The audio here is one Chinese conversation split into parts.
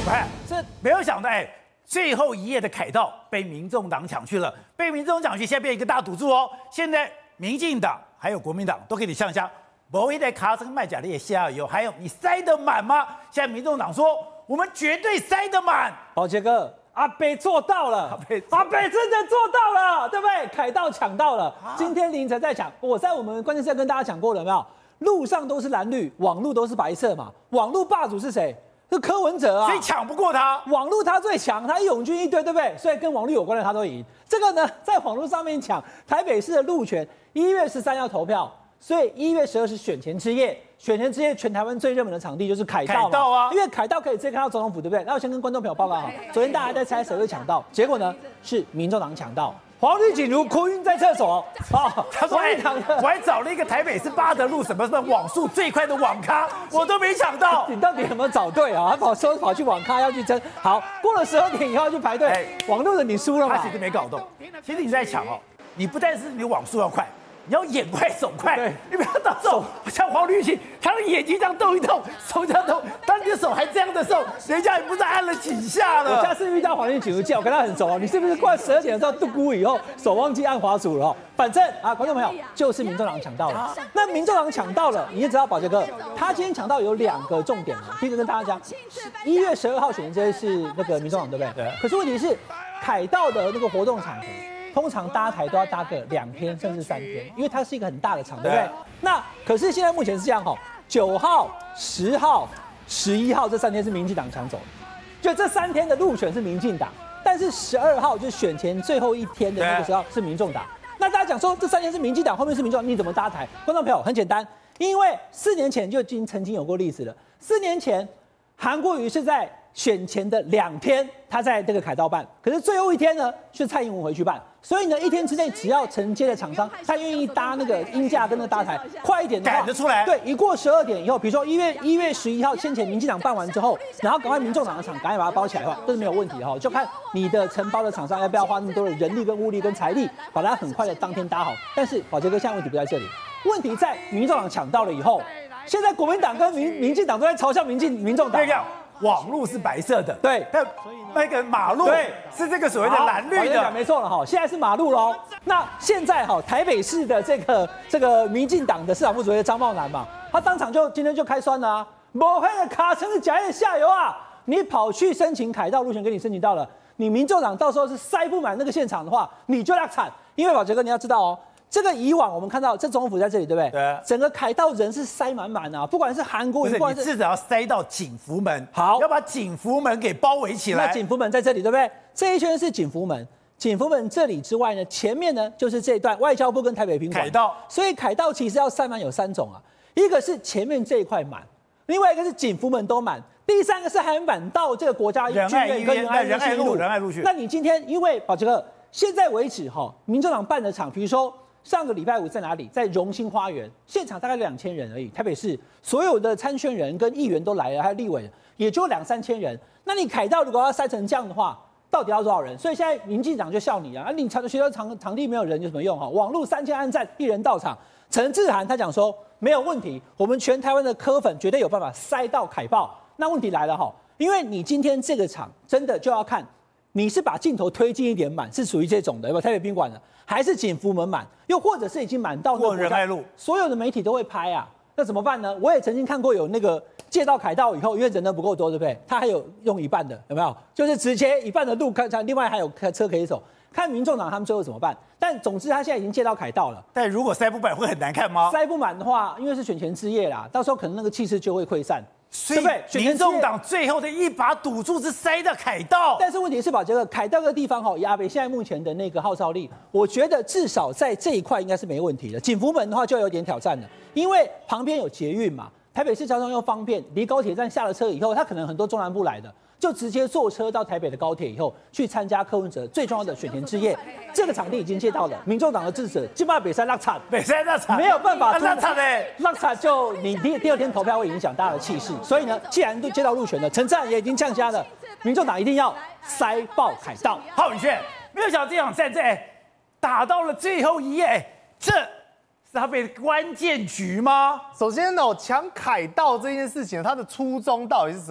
看，这没有想到，最后一页的凯道被民众党抢去了，被民众党去，现在变一个大赌注哦。现在民进党还有国民党都给你上香，某一代卡车卖假的也下油，还有你塞得满吗？现在民众党说我们绝对塞得满。 宝杰哥，阿北做到了，阿北真的做到了，对不对？凯道抢到了，今天凌晨在抢，我在我们关键是跟大家讲过了，有没有？路上都是蓝绿，网路都是白色嘛。网路霸主是谁？是柯文哲啊， 所以抢不过他。 网路他最强，他拥军一堆，对不对？所以跟网路有关的他都赢。这个呢，在网路上面抢台北市的路权，1月13要投票，所以1月12是选前之夜。选前之夜，全台湾最热门的场地就是凯道嘛。 凯道啊， 因为凯道可以直接看到总统府，对不对？那我先跟观众朋友报告好，昨天大家在猜谁会抢到，结果呢是民众党抢到。黄绿锦如哭晕在厕所， 他说：“我还找了一个台北市八德路什么网速最快的网咖，我都没抢到。 你到底有没有找对啊？他跑去网咖要去争，好，过了12点以后要去排队。网路的你输了嘛？ 他其实没搞懂，其实你在抢哦，你不但是你网速要快。”你要眼快手快，你不要到时候像黄绿芹，他的眼睛这样动一动，手这样动，当你的手还这样的时候，人家也不知道按了几下了。 我下次遇到黄绿芹，我跟他很熟啊，你是不是过12点的时候度孤以后手忘记按滑鼠了？反正啊，观众朋友就是民众党抢到了。那民众党抢到了，你就知道宝杰哥，他今天抢到有2个重点嘛。第一个跟大家讲，1月12号选的这些是那个民众党，对不对？对。可是问题是，凯道的那个活动场合。通常搭台都要搭个2天甚至3天，因为它是一个很大的场，对不对？那可是现在目前是这样，9号、10号、11号这3天是民进党抢走，就这3天的入选是民进党，但是12号就是选前最后一天的那个时候是民众党。那大家讲说这3天是民进党，后面是民众党，你怎么搭台？观众朋友很简单，因为4年前就曾经有过例子了。4年前韩国瑜是在选前的2天，他在这个凯道办，可是最后一天呢是蔡英文回去办，所以呢1天之内只要承接的厂商他愿意搭那个鹰架跟那个搭台快一点的话， 赶得出来。对， 一过12点以后，比如说1月11号先前民进党办完之后，然后赶快民众党的场赶快把它包起来的话，这是没有问题的就看你的承包的厂商要不要花那么多的人力跟物力跟财力，把它很快的当天搭好。但是宝杰哥现在问题不在这里，问题在民众党抢到了以后，现在国民党跟民进党都在嘲笑民众党。 网路是白色的， 对， 但那个马路是这个所谓的蓝绿的， 没错了现在是马路喽。那现在台北市的这个民进党的市长副主任张茂南嘛，他当场今天就开酸了某黑的卡车是假夜下游啊，你跑去申请凯道路权给你申请到了，你民众党到时候是塞不满那个现场的话，你就要惨，因为宝杰哥你要知道这个以往我们看到这总统府在这里，对不对？ 对。 整个凯道人是塞满满啊，不管是韩国瑜， 不是你至少要塞到景福门， 好， 要把景福门给包围起来。 那景福门在这里，对不对？这一圈是景福门，景福门这里之外呢，前面呢就是这一段外交部跟台北宾馆凯道， 所以凯道其实要塞满有3种啊，一个是前面这一块满，另外一个是景福门都满，第3个是还满到这个国家仁爱医院跟仁爱路去。 那你今天因为宝杰哥现在为止民众党办的场，比如说。上个礼拜5在哪里？在荣兴花园，现场大概2000人而已。台北市所有的参选人跟议员都来了，还有立委，也就2-3千人。那你凯道如果要塞成这样的话，到底要多少人？所以现在民进党就笑你啊！你学校场地没有人有什么用网络3000按赞，1人到场。陈志涵他讲说没有问题，我们全台湾的柯粉绝对有办法塞到凯报。那问题来了因为你今天这个场真的就要看。你是把镜头推进一点满，是属于这种的，有没有台北宾馆的，还是景福门满，又或者是已经满到过仁爱路， 所有的媒体都会拍啊，那怎么办呢？我也曾经看过有那个借到凯道以后，因为人呢不够多，对不对？他还有用一半的，有没有？就是直接一半的路看，另外还有车可以走，看民众党他们最后怎么办。但总之他现在已经借到凯道了， 但如果塞不满会很难看吗？ 塞不满的话，因为是选前之夜啦，到时候可能那个气势就会溃散。 所以民众党最后的一把赌注是塞到凯道， 但是问题是把这个凯道的地方以阿北现在目前的那个号召力，我觉得至少在这一块应该是没问题的。景福门的话就有点挑战了，因为旁边有捷运嘛，台北市交通又方便，离高铁站下了车以后，他可能很多中南部来的。就直接坐车到台北的高铁以后，去参加柯文哲最重要的选前之夜。这个场地已经借到了，民众党的支持，基本上北山落惨，没有办法落惨嘞， 落惨就你第2天投票会影响大家的气势。所以呢，既然都接到入选了，陈战也已经降下了，民众党一定要塞爆凯道。 浩宇轩，没有想到这场战争打到了最后一页，这是他被关键局吗？ 首先抢凯道这件事情，它的初衷到底是什么？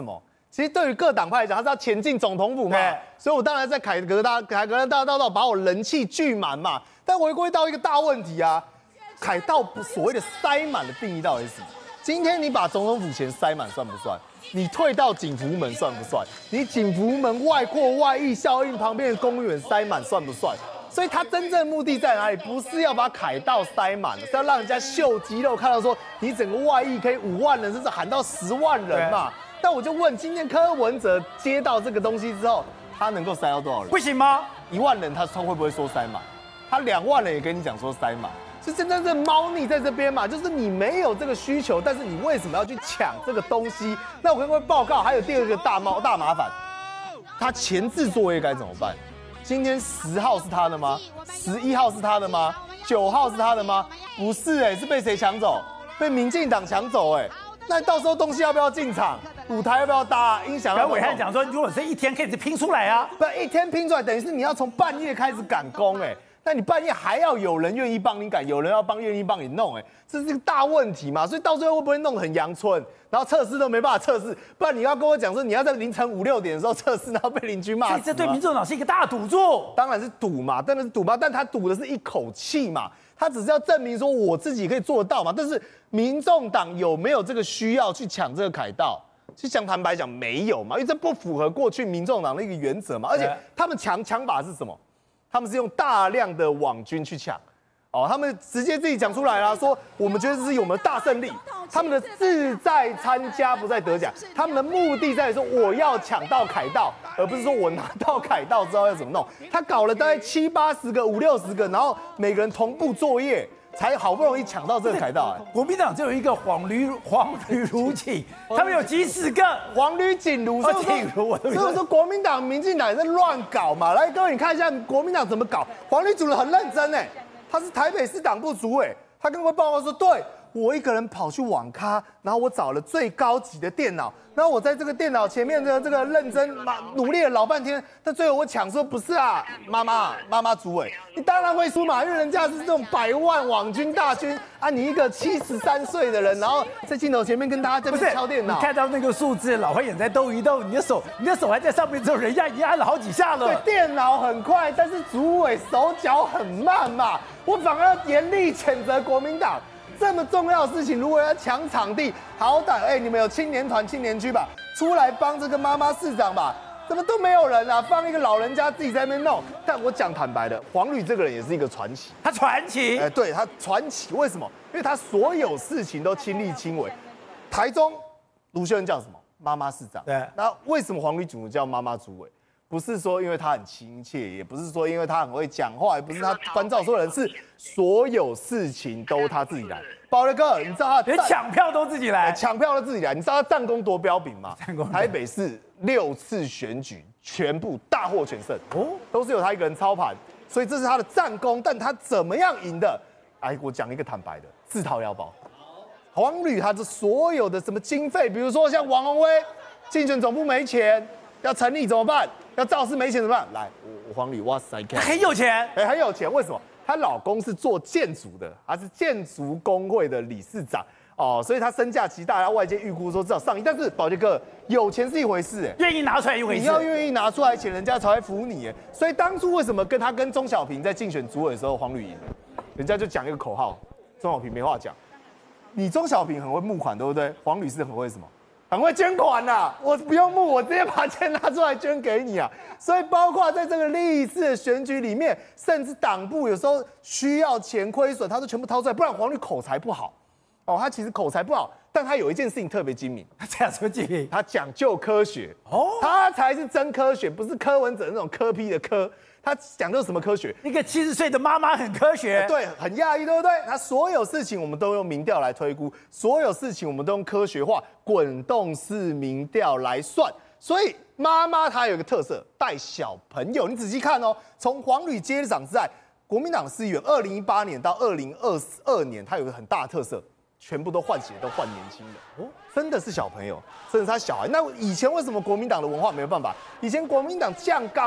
其实对于各党派来讲，他是要前进总统府嘛，所以我当然在凯格兰大道把我人气聚满嘛。但回归到一个大问题啊，凯道所谓的塞满的定义到底是什么？今天你把总统府前塞满算不算？你退到景福门算不算？你景福门外扩外溢效应旁边的公园塞满算不算？所以它真正的目的在哪里？不是要把凯道塞满，是要让人家秀肌肉，看到说你整个外溢可以5万人，甚至喊到10万人嘛。但我就问，今天柯文哲接到这个东西之后，他能够塞到多少人？ 不行吗 ？1万人他会不会说塞满？他2万人也跟你讲说塞满。是真正的猫腻在这边嘛？就是你没有这个需求，但是你为什么要去抢这个东西？那我跟各位报告，还有第二个大麻烦，他前置作业该怎么办？今天10号是他的吗？11号是他的吗？9号是他的吗？不是是被谁抢走？被民进党抢走那到时候东西要不要进场？舞台要不要搭？音响要不要？ 伟汉讲说，如果是一天可以拼出来啊， 不一天拼出来，等于是你要从半夜开始赶工那你半夜还要有人愿意帮你赶，有人愿意帮你弄这是个大问题嘛？所以到最后会不会弄得很阳春，然后测试都没办法测试？不然你要跟我讲说你要在凌晨5、6点的时候测试，然后被邻居骂死吗？ 这对民众党是一个大赌注。 当然是赌嘛，当然是赌嘛，但他赌的是一口气嘛，他只是要证明说我自己可以做得到嘛。但是民众党有没有这个需要去抢这个凯道？其实坦白讲没有嘛，因为这不符合过去民众党的一个原则嘛。而且他们抢法是什么？他们是用大量的网军去抢，他们直接自己讲出来了，说我们觉得这是我们的大胜利。他们的志在参加，不在得奖。他们的目的在于说我要抢到凯道，而不是说我拿到凯道之后要怎么弄。他搞了大概70、80个、50、60个，然后每个人同步作业，才好不容易抢到这个凯道。 国民党就有一个黄驴如锦，他们有几十个黄驴锦如，所以说国民党、民进党也在乱搞嘛。来，各位你看一下国民党怎么搞，黄驴主任很认真他是台北市党部主委，他跟我报告说，对我一个人跑去网咖，然后我找了最高级的电脑，然后我在这个电脑前面的这个认真努力了老半天，但最后我抢说不是啊，妈妈主委，你当然会输嘛，因为人家是这种100万网军大军啊，你一个73岁的人，然后在镜头前面跟大家在那边敲电脑， 你看到那个数字，老花眼在动一动，你的手还在上面之后，人家已经按了好几下了。 对，电脑很快，但是主委手脚很慢嘛，我反而要严厉谴责国民党。这么重要的事情，如果要抢场地，好歹你们有青年团、青年区吧，出来帮这个妈妈市长吧，怎么都没有人啊？放一个老人家自己在那边弄。但我讲坦白的，黄旅这个人也是一个传奇。 他传奇， 对他传奇，为什么？因为他所有事情都亲力亲为。台中卢秀燕叫什么？妈妈市长。 对。 那为什么黄旅主叫妈妈主委？不是说因为他很亲切，也不是说因为他很会讲话，也不是他关照所有人，是所有事情都他自己来。宝德哥，你知道他连抢票都自己来， 抢票都自己来。你知道他战功多彪炳吗？台北市6次选举全部大获全胜，都是由他一个人操盘，所以这是他的战功。但他怎么样赢的？我讲一个坦白的，自掏腰包。黄旅他的所有的什么经费，比如说像王宏威竞选总部没钱，要成立怎么办？要造势没钱怎么办？来，我黄旅，哇塞， 他很有钱， 很有钱。为什么？她老公是做建筑的，她是建筑工会的理事长所以她身价极大，外界预估说至少上亿。但是宝杰哥有钱是一回事， 愿意拿出来一回事， 你要愿意拿出来钱，人家才会服你。所以当初为什么他跟钟小平在竞选主委的时候，黄旅赢了？人家就讲一个口号，钟小平没话讲。你钟小平很会募款，对不对？黄旅是很会什么？很会捐款呐，我不用募，我直接把钱拿出来捐给你啊！所以包括在这个历次的选举里面，甚至党部有时候需要钱亏损，他都全部掏出来，不然黄旅口才不好他其实口才不好，但他有一件事情特别精明， 他讲什么精明？ 他讲究科学他才是真科学，不是柯文哲那种柯批的柯。他讲究什么科学？ 一个70岁的妈妈很科学， 对，很讶异，对不对？他所有事情我们都用民调来推估，所有事情我们都用科学化滚动式民调来算。所以妈妈她有一个特色，带小朋友。你仔细看从黄旅接掌之外，国民党市议员2018年到2022年，他有个很大的特色，全部都换血，都换年轻人真的是小朋友，甚至他小孩。那以前为什么国民党的文化没有办法？以前国民党酱缸嘛，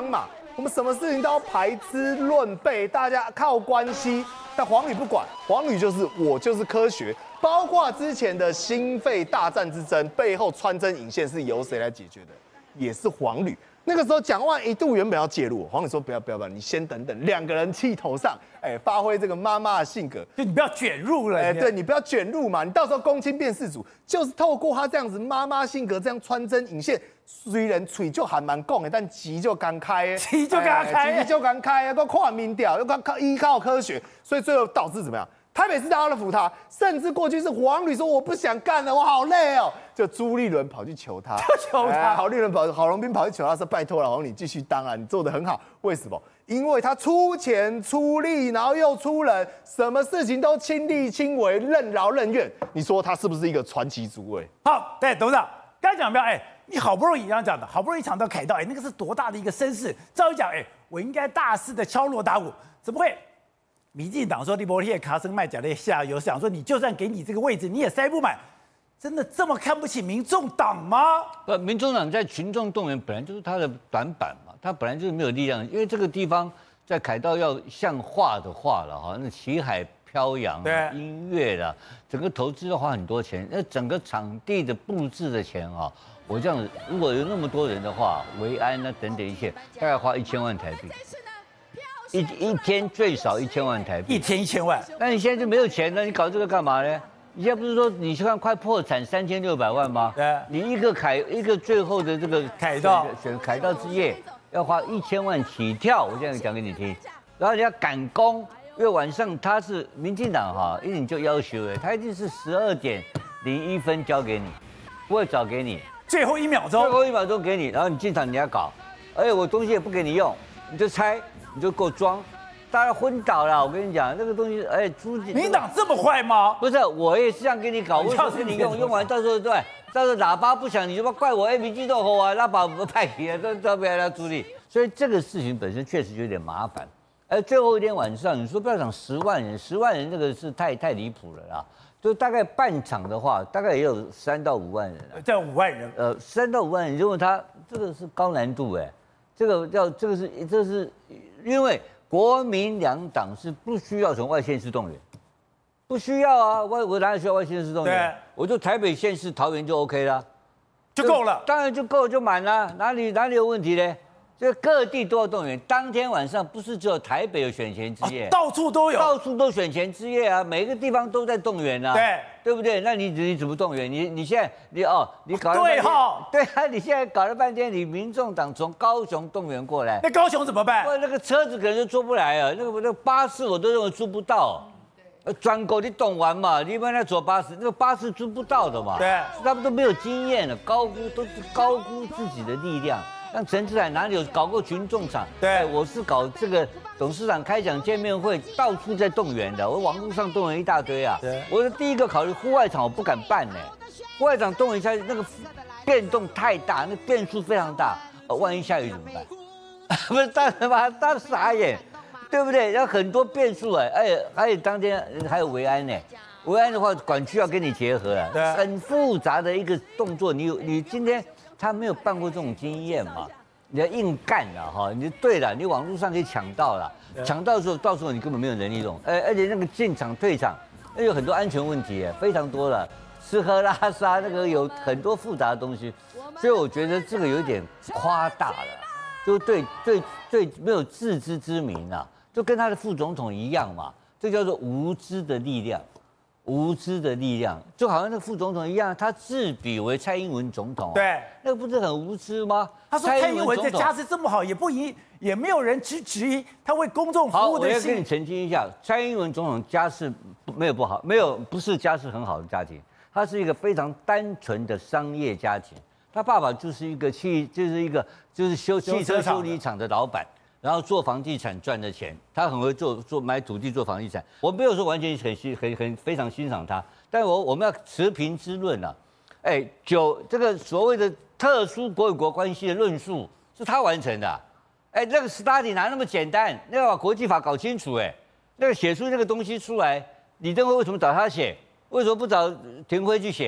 我们什么事情都要排资论辈，大家靠关系。但黄旅不管，黄旅就是我就是科学，包括之前的心肺大战之争背后穿针引线是由谁来解决的，也是黄旅。那个时候蒋万一度原本要介入，黄旅说不要，你先等等，两个人气头上，发挥这个妈妈的性格， 就你不要卷入了， 对你不要卷入嘛，你到时候公亲变事主，就是透过他这样子妈妈性格这样穿针引线，虽然嘴就还蛮讲的，但急就敢开， 急就敢开， 急就敢开，要跨民调，要靠依靠科学，所以最后导致怎么样？台北市大家都服他，甚至过去是黄旅说我不想干了，我好累哦，就朱立伦跑去求他，郝龙斌跑去求他说拜托了，黄旅继续当啊，你做得很好，为什么？因为他出钱出力，然后又出人，什么事情都亲力亲为，任劳任怨，你说他是不是一个传奇主委？ 好，对，董事长刚才讲没有？你好不容易这样讲的，好不容易抢到凯道，那个是多大的一个声势？照理讲，我应该大肆的敲锣打鼓，怎么会？民进党说利伯列卡森麦贾列下游，想说你就算给你这个位置，你也塞不满，真的这么看不起民众党吗？ 民众党在群众动员本来就是他的短板嘛，他本来就是没有力量，因为这个地方在凯道要像画的话了哈，那旗海飘扬，音乐啦，整个投资要花很多钱，那整个场地的布置的钱啊，我这样如果有那么多人的话，维安那等等一切，大概花1000万台币。一天最少1000万台币， 一天1000万。 那你现在就没有钱了，你搞这个干嘛呢？你现在不是说你去看快破产3600万吗？ 对。 你一个最后的这个凯道选凯道之夜要花1000万起跳，我现在讲给你听。然后你要赶工，因为晚上他是民进党哈，一定就要求他一定是12点01分交给你，不会早给你。 最后1秒钟。 最后1秒钟给你，然后你进场你要搞，而且我东西也不给你用，你就拆。你就给我装，大家昏倒了。我跟你讲，那个东西， 民党这么坏吗？ 不是，我也是这样给你搞，为什么给你用完到时候对，到时候喇叭不响，你就不怪我APG 都好啊，那把我派给都不要来处理。所以这个事情本身确实有点麻烦。最后一天晚上，你说不要讲10万人，10万人这个是太离谱了啦。就大概半场的话，大概也有3到5万人啊。 这5万人 ，3到5万人，如果他这个是高难度这是。因为国民两党是不需要从外县市动员，不需要啊，我哪里需要外县市动员？我就台北县市桃园就 OK 了， 就够了。 当然就够就满了，哪里有问题呢？就各地都要动员。当天晚上不是只有台北有选前之夜， 到处都有， 到处都选前之夜啊，每个地方都在动员啊，对不对？那你怎么动员？你现在你搞了半天，对啊，你现在搞了半天，你民众党从高雄动员过来， 那高雄怎么办？ 那个车子可能就坐不来啊，那个巴士我都认为租不到。专购你懂完嘛？你一般在坐巴士，那个巴士租不到的嘛。 对， 他们都没有经验了，都是高估自己的力量。像陈志海哪里有搞过群众场？ 对， 我是搞这个董事长开讲见面会，到处在动员的，我网络上动员一大堆啊。对，我的第一个考虑户外场我不敢办呢，户外场动员下去那个变动太大，那变数非常大，万一下雨怎么办？不是当然吧，他傻眼。对不对？要很多变数还有当天还有维安呢，维安的话管区要跟你结合了，很复杂的一个动作。你今天他没有办过这种经验嘛，你要硬干了哈。你对了，你网络上可以抢到了，抢到的时候到时候你根本没有能力用，而且那个进场退场，那有很多安全问题，非常多了，吃喝拉撒那个有很多复杂的东西，所以我觉得这个有点夸大了，就对没有自知之明啊。就跟他的副总统一样嘛，这叫做无知的力量，无知的力量，就好像那个副总统一样，他自比为蔡英文总统， 对， 那个不是很无知吗？ 他说蔡英文的家世这么好，也没有人质疑他为公众服务的心。 好，我要跟你澄清一下，蔡英文总统家世没有不好，不是家世很好的家庭，他是一个非常单纯的商业家庭，他爸爸就是一个汽车修理厂的老板。然后做房地产赚的钱，他很会买土地做房地产。我没有说完全非常欣赏他，但我们要持平之论啊。这个所谓的特殊国与国关系的论述是他完成的。那个 study 哪那么简单？那要把国际法搞清楚。那个写出那个东西出来，李登辉为什么找他写？为什么不找廷辉去写？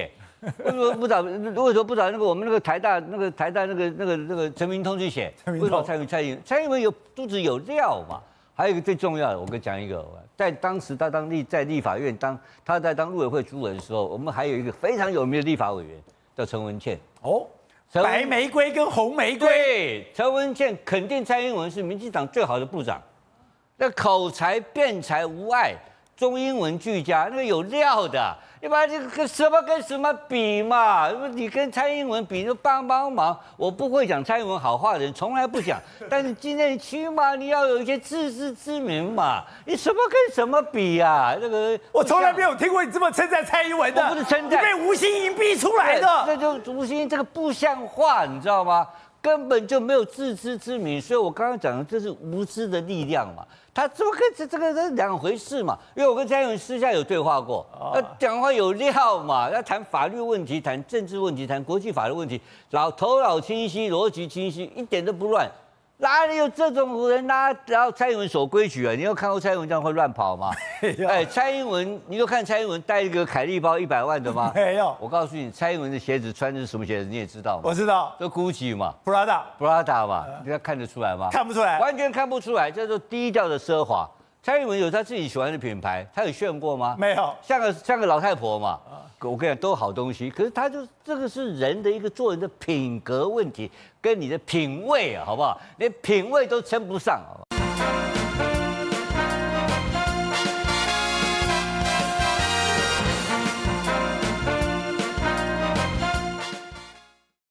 为什么不找那个我们那个台大那个陈明通去写？为什么蔡英文有肚子有料嘛？还有一个最重要的，我跟你讲一个，在当时他在立法院他在当陆委会主委的时候，我们还有一个非常有名的立法委员叫陈文茜。 哦，白玫瑰跟红玫瑰。 对，陈文茜肯定蔡英文是民进党最好的部长，那口才辩才无碍，中英文俱佳，那个有料的。你把这个跟什么比嘛？你跟蔡英文比，就帮忙。我不会讲蔡英文好话的人，从来不讲。但是今天起码你要有一些自知之明嘛。你什么跟什么比呀？这个我从来没有听过你这么称赞蔡英文的。 我不是称赞， 你被吴欣盈逼出来的。 这就吴欣盈这个不像话，你知道吗？根本就没有自知之明，所以我刚刚讲的这是无知的力量嘛。他怎么跟这个两回事嘛？因为我跟蔡英文私下有对话过，讲话有料嘛，要谈法律问题、谈政治问题、谈国际法的问题，头脑清晰、逻辑清晰，一点都不乱。哪里有这种人然后蔡英文守规矩啊？你有看过蔡英文这样会乱跑吗？哎，蔡英文，你有看蔡英文带一个凯利包100万的吗？ 没有。我告诉你，蔡英文的鞋子穿的是什么鞋子，你也知道吗？ 我知道， 就 Gucci 嘛 ，Prada 嘛，你看得出来吗？ 看不出来， 完全看不出来，叫做低调的奢华。蔡英文有他自己喜欢的品牌，他有炫过吗？ 没有， 像个老太婆嘛。我跟你讲，都好东西，可是他就这个是人的一个做人的品格问题，跟你的品味啊，好不好？连品味都称不上。